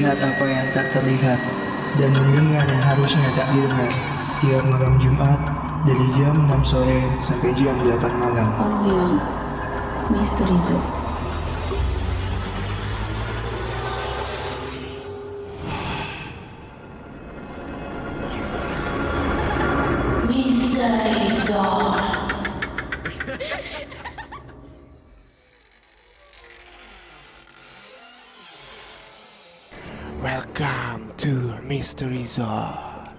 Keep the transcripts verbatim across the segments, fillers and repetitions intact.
melihat apa yang tak terlihat, dan mendengar yang harusnya tak didengar. Setiap malam Jumat, dari jam enam sore sampai jam delapan malam. Orlean Misteri Zone. Misteri Zone. Welcome to Mystery Zone.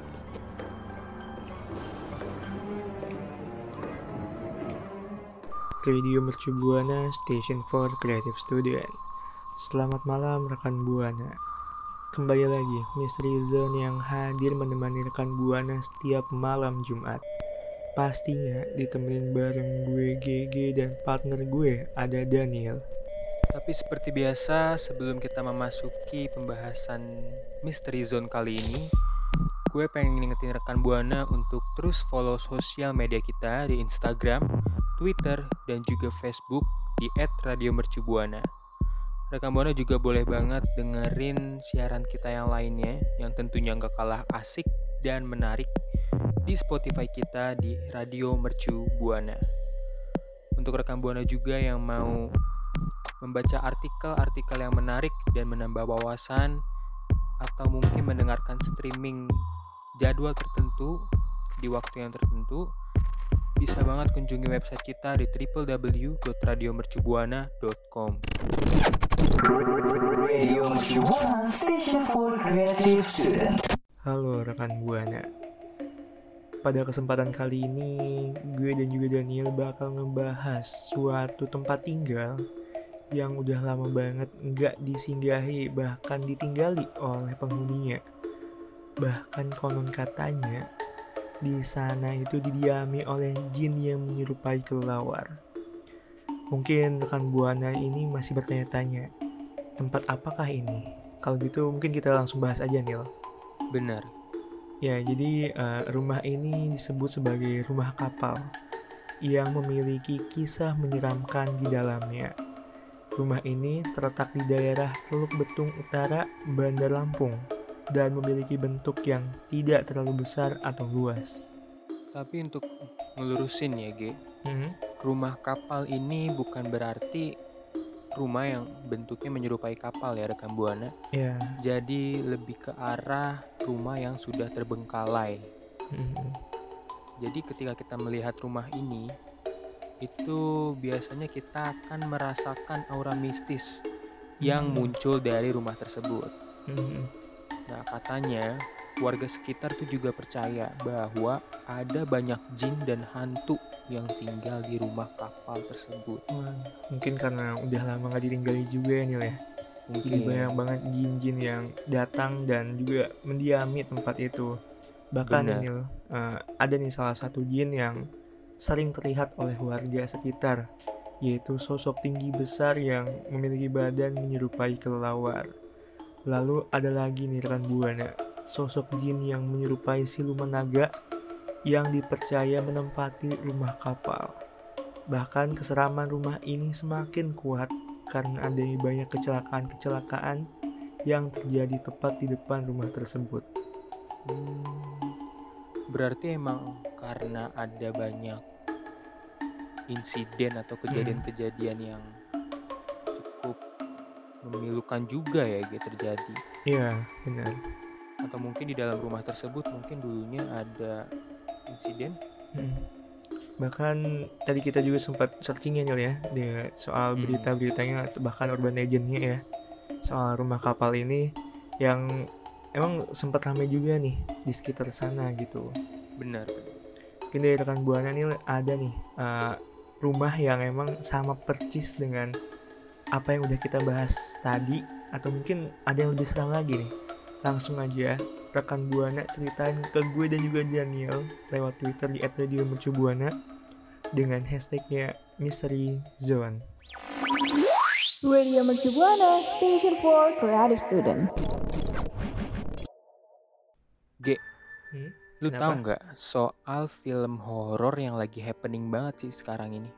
Radio Mercu Buana, Station for Creative Student. Selamat malam rekan Buana. Kembali lagi Mystery Zone yang hadir menemani rekan Buana setiap malam Jumat. Pastinya ditemenin bareng gue G G dan partner gue ada Daniel. Tapi seperti biasa, sebelum kita memasuki pembahasan Mystery Zone kali ini, gue pengen ngingetin rekan Buana untuk terus follow sosial media kita di Instagram, Twitter, dan juga Facebook di et radio mercubuana. Rekan Buana juga boleh banget dengerin siaran kita yang lainnya yang tentunya gak kalah asik dan menarik di Spotify kita di Radio Mercu Buana. Untuk rekan Buana juga yang mau membaca artikel-artikel yang menarik dan menambah wawasan, atau mungkin mendengarkan streaming jadwal tertentu di waktu yang tertentu, bisa banget kunjungi website kita di w w w dot radio mercubuana dot com. Radio Mercubuana, Station for Creative Student. Halo rekan Buana. Pada kesempatan kali ini, gue dan juga Daniel bakal ngebahas suatu tempat tinggal yang udah lama banget nggak disinggahi, bahkan ditinggali oleh penghuninya. Bahkan konon katanya di sana itu didiami oleh jin yang menyerupai kelelawar. Mungkin rekan Buana ini masih bertanya-tanya, tempat apakah ini? Kalau gitu mungkin kita langsung bahas aja, Nil. Benar. Ya, jadi uh, rumah ini disebut sebagai rumah kapal yang memiliki kisah menyeramkan di dalamnya. Rumah ini terletak di daerah Teluk Betung Utara, Bandar Lampung, dan memiliki bentuk yang tidak terlalu besar atau luas. Tapi untuk ngelurusin ya, G, Hmm? rumah kapal ini bukan berarti rumah yang bentuknya menyerupai kapal ya rekan Buana. Ya. Jadi lebih ke arah rumah yang sudah terbengkalai. Hmm. Jadi ketika kita melihat rumah ini, itu biasanya kita akan merasakan aura mistis yang Hmm. muncul dari rumah tersebut. Hmm. Nah, katanya warga sekitar tuh juga percaya bahwa ada banyak jin dan hantu yang tinggal di rumah kapal tersebut. Wah, mungkin karena udah lama gak ditinggali juga ya, Nil ya. Mungkin Jadi banyak banget jin-jin yang datang dan juga mendiami tempat itu. Bahkan Bener. Nil, uh, ada nih salah satu jin yang sering terlihat oleh warga sekitar, yaitu sosok tinggi besar yang memiliki badan menyerupai kelelawar. Lalu ada lagi nih rekan Buana, sosok jin yang menyerupai siluman naga yang dipercaya menempati rumah kapal. Bahkan keseraman rumah ini semakin kuat karena adanya banyak kecelakaan-kecelakaan yang terjadi tepat di depan rumah tersebut. Hmm, berarti emang karena ada banyak insiden atau kejadian-kejadian yang cukup memilukan juga ya gitu terjadi. Iya, benar. Atau mungkin di dalam rumah tersebut mungkin dulunya ada insiden. Hmm. Bahkan tadi kita juga sempat searching ya Nil ya di soal Hmm. berita-beritanya atau bahkan urban legendnya ya soal rumah kapal ini yang emang sempat ramai juga nih di sekitar sana gitu. Benar. Mungkin dari rekan Buana nih ada nih uh, rumah yang emang sama percis dengan apa yang udah kita bahas tadi, atau mungkin ada yang lebih seram lagi nih. Langsung aja rekan Buana ceritain ke gue dan juga Daniel lewat Twitter di et radio mercubuana dengan hashtagnya Mystery Zone. Radio Mercubuana, Station for Creative Student. G, Hmm? lu Kenapa? tahu nggak soal film horor yang lagi happening banget sih sekarang ini?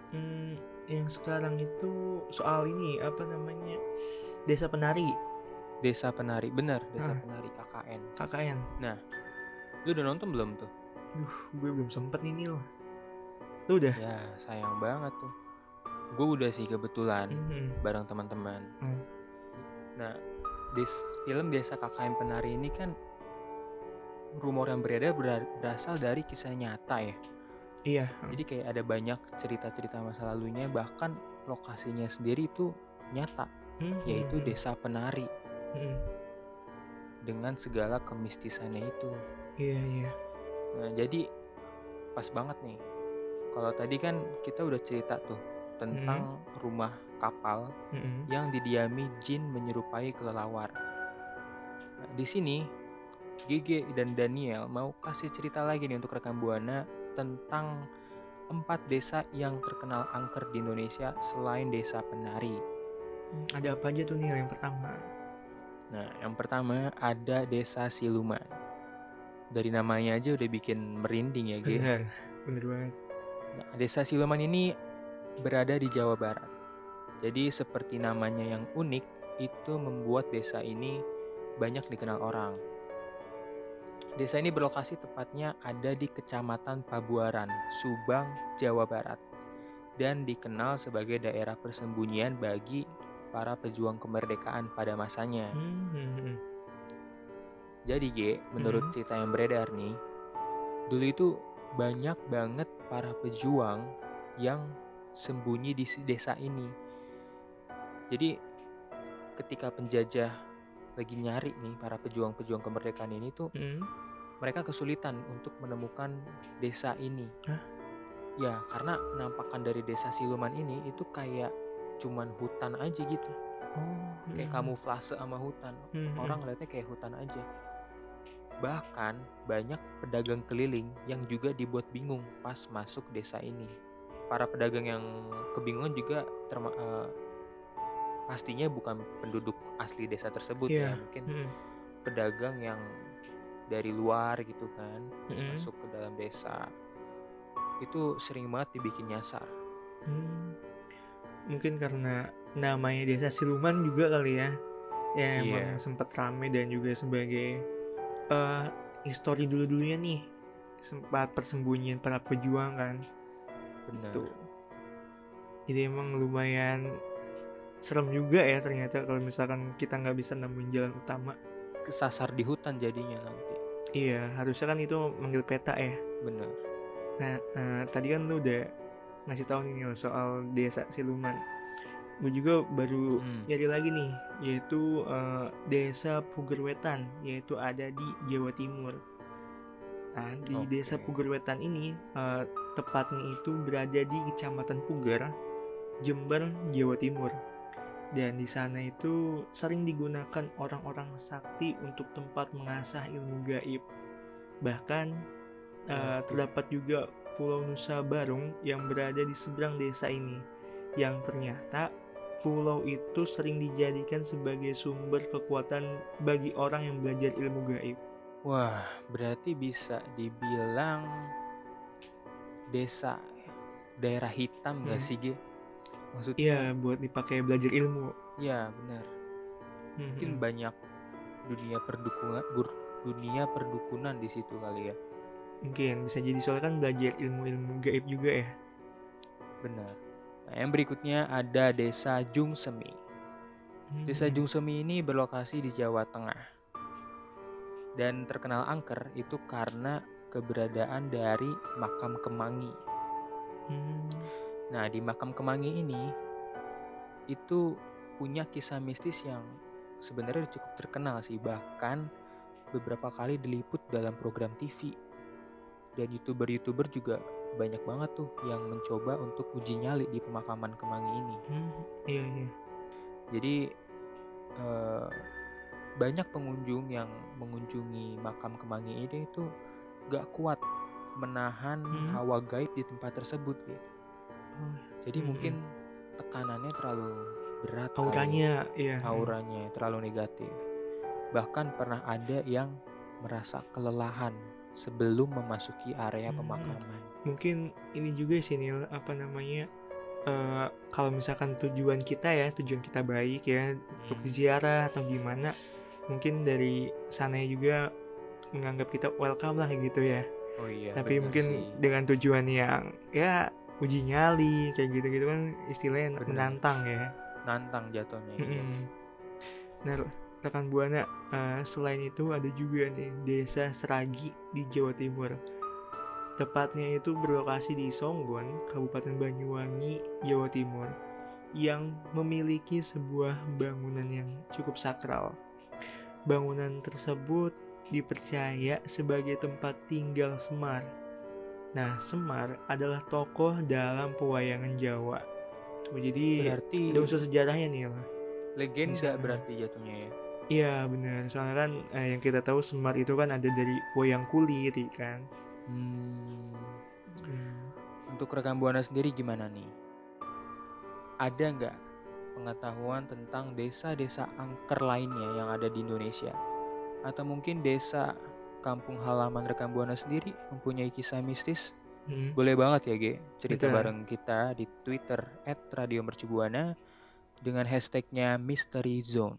Hmm, yang sekarang itu soal ini apa namanya, Desa Penari. Desa Penari, bener, Desa Ah. Penari K K N. K K N. Lu udah nonton belum tuh? Duh, gue belum sempet nih Nil. Lu udah? Ya sayang banget tuh. Gue udah sih kebetulan Mhm. bareng teman-teman. Hmm. Nah, des, film Desa K K N Penari ini kan rumor yang beredar ber- berasal dari kisah nyata ya. Iya. Jadi kayak ada banyak cerita-cerita masa lalunya, bahkan lokasinya sendiri itu nyata, Mhm. yaitu Desa Penari Mhm. dengan segala kemistisannya itu. Iya iya. Nah, jadi pas banget nih. Kalau tadi kan kita udah cerita tuh tentang rumah kapal Mhm. yang didiami jin menyerupai kelelawar. Nah, di sini Gege dan Daniel mau kasih cerita lagi nih untuk rekan Buana tentang empat desa yang terkenal angker di Indonesia selain Desa Penari. Hmm, Ada apa aja tuh Nil yang pertama? Nah, yang pertama ada Desa Siluman. Dari namanya aja udah bikin merinding ya, Ge. Bener, bener banget. Nah, Desa Siluman ini berada di Jawa Barat. Jadi seperti namanya yang unik, itu membuat desa ini banyak dikenal orang. Desa ini berlokasi tepatnya ada di Kecamatan Pabuaran, Subang, Jawa Barat, dan dikenal sebagai daerah persembunyian bagi para pejuang kemerdekaan pada masanya. Mhm. Jadi G, menurut Hmm. cerita yang beredar nih, dulu itu banyak banget para pejuang yang sembunyi di si- desa ini. Jadi ketika penjajah lagi nyari nih para pejuang-pejuang kemerdekaan ini tuh, Hmm. mereka kesulitan untuk menemukan desa ini. Hah? Ya, karena penampakan dari Desa Siluman ini itu kayak cuman hutan aja gitu. Oh. Kayak mhm. kamuflase sama hutan. Mhm. Orang ngeliatnya kayak hutan aja. Bahkan banyak pedagang keliling yang juga dibuat bingung pas masuk desa ini. Para pedagang yang kebingungan juga terma- eh, pastinya bukan penduduk asli desa tersebut Iya. ya. Mungkin Mhm. pedagang yang dari luar gitu kan, Mhm. masuk ke dalam desa. Itu sering banget dibikin nyasar. Hmm. Mungkin karena namanya Desa Siluman juga kali ya. Ya Iya. emang sempat rame dan juga sebagai eh histori dulu-dulunya nih sempat persembunyian para pejuang kan. Benar. Tuh. Jadi emang lumayan serem juga ya ternyata kalau misalkan kita nggak bisa nemuin jalan utama. Kesasar di hutan jadinya nanti. Iya, harusnya kan itu manggil peta ya. Benar. Nah, eh, tadi kan lu udah ngasih tahu nih Nil, soal Desa Siluman. Gue juga baru Hmm. nyari lagi nih, yaitu eh, Desa Pugerwetan, yaitu ada di Jawa Timur. Nah, di Oke. Desa Pugerwetan ini eh, tepatnya itu berada di Kecamatan Puger, Jember, Jawa Timur. Dan di sana itu sering digunakan orang-orang sakti untuk tempat mengasah ilmu gaib. Bahkan eh, Waduh. terdapat juga Pulau Nusa Barung yang berada di seberang desa ini, yang ternyata pulau itu sering dijadikan sebagai sumber kekuatan bagi orang yang belajar ilmu gaib. Wah, berarti bisa dibilang desa daerah hitam gak Hmm. sih, Ge? Maksudnya, Iya, buat dipakai belajar ilmu. ya benar. Mungkin Mhm. banyak dunia perdukunan, gur- dunia perdukunan di situ kali ya. Mungkin bisa jadi soalnya kan belajar ilmu-ilmu gaib juga ya. Benar. Nah, yang berikutnya ada Desa Jungsemi. Desa Mhm. Jungsemi ini berlokasi di Jawa Tengah dan terkenal angker itu karena keberadaan dari makam Kemangi. Hmm. Nah, di makam Kemangi ini itu punya kisah mistis yang sebenarnya cukup terkenal sih, bahkan beberapa kali diliput dalam program T V. Dan youtuber-youtuber juga banyak banget tuh yang mencoba untuk uji nyali di pemakaman Kemangi ini. Hmm. Iya iya. Jadi eh, banyak pengunjung yang mengunjungi makam Kemangi ini itu gak kuat menahan Hmm. hawa gaib di tempat tersebut ya. Oh, Jadi mm-mm. mungkin tekanannya terlalu berat kali ya. auranya iya. Auranya terlalu negatif. Bahkan pernah ada yang merasa kelelahan sebelum memasuki area Hmm. pemakaman. Mungkin ini juga sih Nil, apa namanya, eh, kalau misalkan tujuan kita ya tujuan kita baik ya untuk Hmm. ziarah atau gimana, mungkin dari sana juga menganggap kita welcome lah gitu ya. Oh iya, Tapi bener mungkin sih. dengan tujuan yang ya uji nyali kayak gitu-gitu kan istilahnya Bener. menantang ya. Nantang jatuhnya. Iya. Mm-mm. Nah, rekan Buana, eh, selain itu ada juga nih desa Seragi di Jawa Timur. Tepatnya itu berlokasi di Songgon, Kabupaten Banyuwangi, Jawa Timur, yang memiliki sebuah bangunan yang cukup sakral. Bangunan tersebut dipercaya sebagai tempat tinggal Semar. Nah, Semar adalah tokoh dalam pewayangan Jawa. Tuh, jadi Berarti ada unsur sejarahnya nih. legenda Di sana. berarti jatuhnya ya. Iya benar, soalnya kan eh, yang kita tahu Semar itu kan ada dari wayang kulit kan. Hmm. Hmm. Untuk rekan Buana sendiri gimana nih? Ada nggak pengetahuan tentang desa-desa angker lainnya yang ada di Indonesia? Atau mungkin desa kampung halaman rekan Buana sendiri mempunyai kisah mistis? Hmm. Boleh banget ya Ge, cerita Betul. bareng kita di Twitter at radio mercubuana dengan hashtagnya Mystery Zone.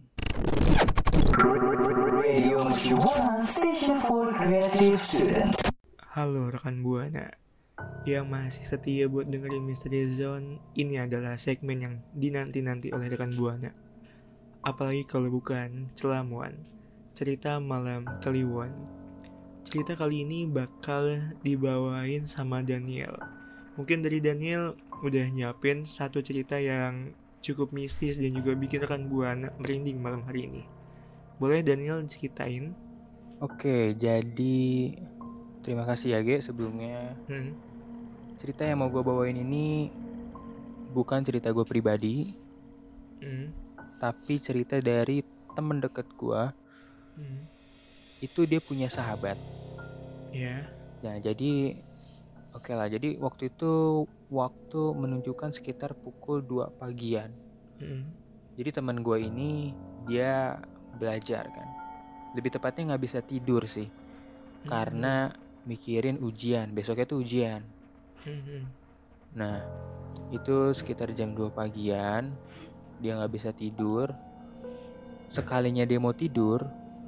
Radio Mercubuana, station for creative student. Halo rekan Buana yang masih setia buat dengerin Mystery Zone. Ini adalah segmen yang dinanti-nanti oleh rekan Buana. Apalagi kalau bukan celamuan, cerita malam Kliwon. Cerita kali ini bakal dibawain sama Daniel. Mungkin dari Daniel udah nyiapin satu cerita yang cukup mistis dan juga bikin rekan Buana merinding malam hari ini. Boleh Daniel ceritain? Oke, jadi terima kasih ya Ge sebelumnya. Hmm. Cerita yang mau gue bawain ini bukan cerita gue pribadi, Hmm. tapi cerita dari temen deket gue. Hmm. Itu dia punya sahabat. Ya. Nah jadi oke lah, jadi waktu itu waktu menunjukkan sekitar pukul dua pagian. Hmm. Jadi teman gue ini dia belajar kan, lebih tepatnya nggak bisa tidur sih, Hmm. karena mikirin ujian, besoknya tuh ujian. Hmm. Nah itu sekitar jam dua pagian, dia nggak bisa tidur. Sekalinya dia mau tidur,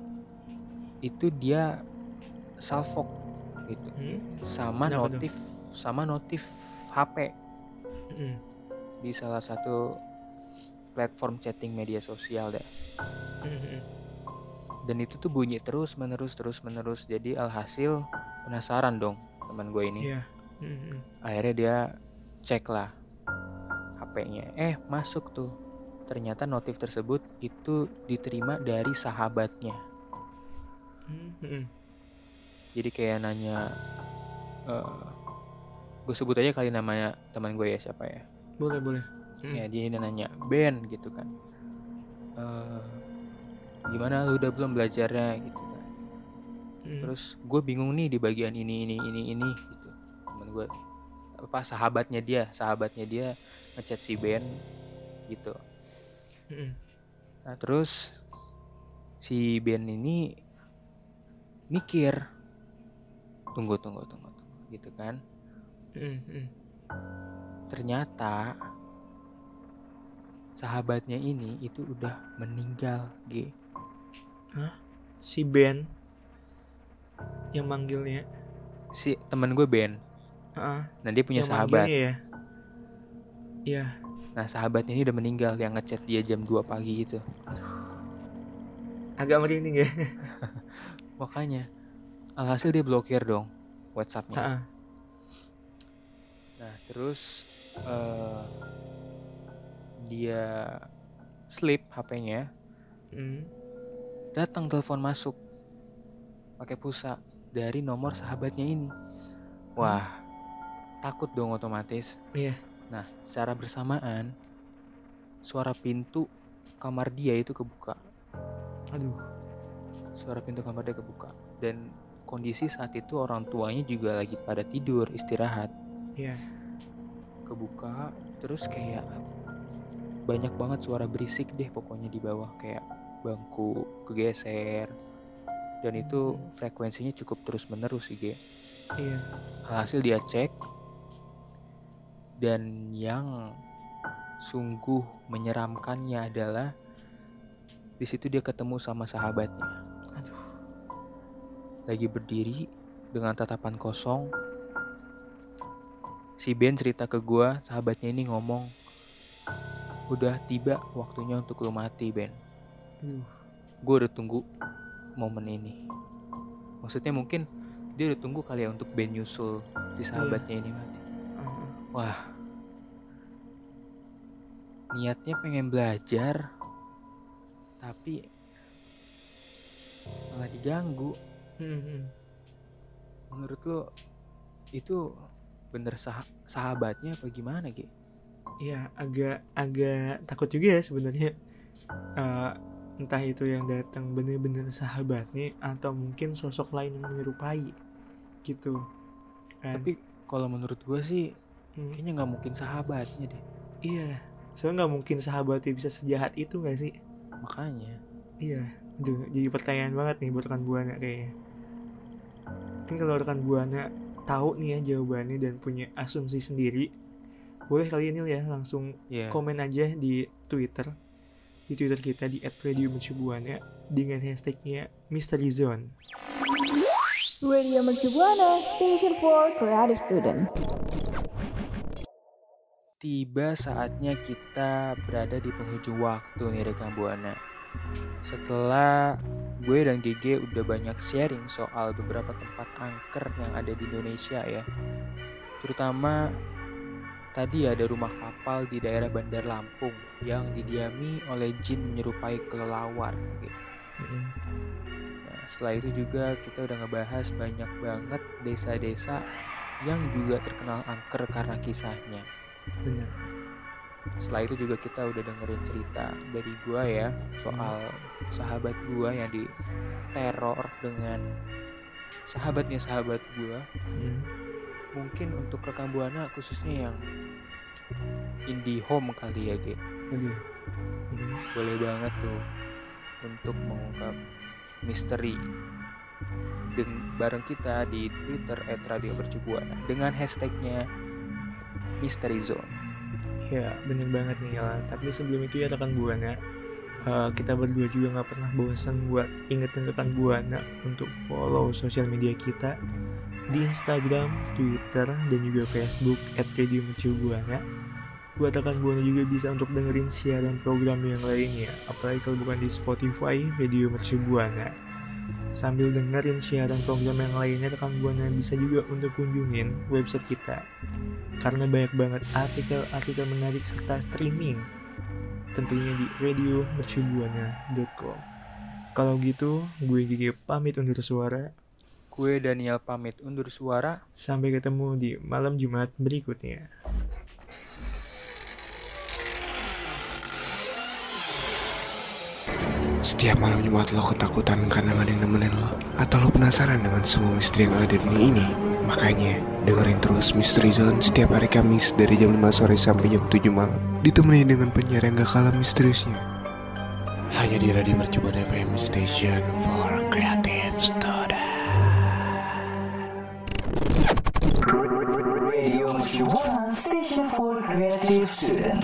itu dia salfok gitu, Hmm. sama Kenapa tuh? notif sama notif H P Hmm. di salah satu platform chatting media sosial deh. Hmm. Dan itu tuh bunyi terus menerus terus menerus. Jadi alhasil penasaran dong teman gue ini. Iya. Hmm. Akhirnya dia cek lah H P-nya. Eh masuk tuh. Ternyata notif tersebut itu diterima dari sahabatnya. Hmm. Jadi kayak nanya, uh, gue sebut aja kali namanya teman gue ya, siapa ya? Boleh boleh. Hmm. Ya dia nanya, Ben gitu kan. Uh, gimana lu udah belum belajarnya gitu kan. Hmm. Terus gue bingung nih di bagian ini ini ini ini gitu. Temen gue apa sahabatnya dia, sahabatnya dia ngechat si Ben gitu. Hmm. Nah, terus si Ben ini mikir, tunggu tunggu tunggu tunggu gitu kan. Hmm. Ternyata sahabatnya ini itu udah meninggal, G. Hah? Si Ben yang manggilnya? Si temen gue Ben. Ah. Nah dia punya Yang sahabat. manggilnya ya? Iya. Nah sahabatnya ini udah meninggal yang ngechat dia jam dua pagi itu. Agak merinding ya. Makanya alhasil dia blokir dong WhatsApp-nya. Ah. Nah terus uh, dia sleep H P-nya. Hmm. Datang telepon masuk pakai pulsa dari nomor sahabatnya ini. Wah, takut dong otomatis. Iya. Nah, secara bersamaan suara pintu kamar dia itu kebuka. Aduh. Suara pintu kamar dia kebuka dan kondisi saat itu orang tuanya juga lagi pada tidur istirahat. Iya. Kebuka terus kayak banyak banget suara berisik deh pokoknya di bawah, kayak bangku kegeser. Dan itu frekuensinya cukup terus menerus sih, Ge. Iya. Alhasil dia cek, dan yang sungguh menyeramkannya adalah Di situ dia ketemu sama sahabatnya. Aduh. Lagi berdiri dengan tatapan kosong. Si Ben cerita ke gue, sahabatnya ini ngomong, udah tiba waktunya untuk lu mati, Ben. Aduh. Gue udah tunggu momen ini. Maksudnya mungkin dia udah tunggu kali ya untuk Ben nyusul si sahabatnya ini mati. Uh, Wah, niatnya pengen belajar, tapi malah diganggu. hmm, hmm. Menurut lo itu bener sah- sahabatnya apa gimana, Ge? Iya, agak agak takut juga ya sebenarnya. Eh, entah itu yang datang bener-bener sahabatnya atau mungkin sosok lain yang menyerupai gitu kan. Tapi kalau menurut gue sih Hmm, kayaknya nggak mungkin sahabatnya deh. iya, soalnya nggak mungkin sahabatnya bisa sejahat itu nggak sih? Makanya Iya, aduh, jadi pertanyaan banget nih buat rekan Buana kayaknya. Mungkin kalau rekan Buana tahu nih ya jawabannya dan punya asumsi sendiri, boleh kali ini ya langsung ya. komen aja di Twitter, di Twitter kita di et radio mercu buana dengan hashtagnya Mystery Zone. Radio Mercu Buana, Station for Creative Student. Tiba saatnya kita berada di penghujung waktu nih rekan Buana. Setelah gue dan G G udah banyak sharing soal beberapa tempat angker yang ada di Indonesia ya. Terutama tadi ada rumah kapal di daerah Bandar Lampung yang didiami oleh jin menyerupai kelelawar gitu. Mm-mm. Nah, setelah itu juga kita udah ngebahas banyak banget desa-desa yang juga terkenal angker karena kisahnya. Bener. Setelah itu juga kita udah dengerin cerita dari gua ya soal sahabat gua yang diteror dengan sahabatnya sahabat gua. Hmm. Mungkin untuk rekan Buana khususnya yang indie home kali ya, Ge. Aduh. Hmm. Boleh banget tuh untuk mengungkap misteri Den- bareng kita di Twitter et radio mercu buana dengan hashtagnya Mystery Zone. Ya, bener banget nih Alan. Tapi sebelum itu ya rekan Buana, uh, kita berdua juga nggak pernah bosan buat ingetin rekan Buana untuk follow sosial media kita di Instagram, Twitter, dan juga Facebook et radio mercu buana. Buat rekan Buana juga bisa untuk dengerin siaran program yang lainnya, apalagi kalau bukan di Spotify, Radio Mercu Buana. Sambil dengerin siaran program yang lainnya, rekan Buana bisa juga untuk kunjungin website kita, karena banyak banget artikel-artikel menarik serta streaming, tentunya di radio mercu buana dot com. Kalau gitu, gue Gigi pamit undur suara. Gue Daniel pamit undur suara. Sampai ketemu di malam Jumat berikutnya. Setiap malam Jumat lo ketakutan karena gak ada yang nemenin lo, atau lo penasaran dengan semua misteri yang ada di dunia ini? Makanya dengerin terus Mystery Zone setiap hari Kamis dari jam lima sore sampai jam tujuh malam, ditemani dengan penyiar yang gak kalah misteriusnya. Hanya di Radio Mercu Buana F M Station for Creative Student. Radio Mercu Buana, Station for Creative Student.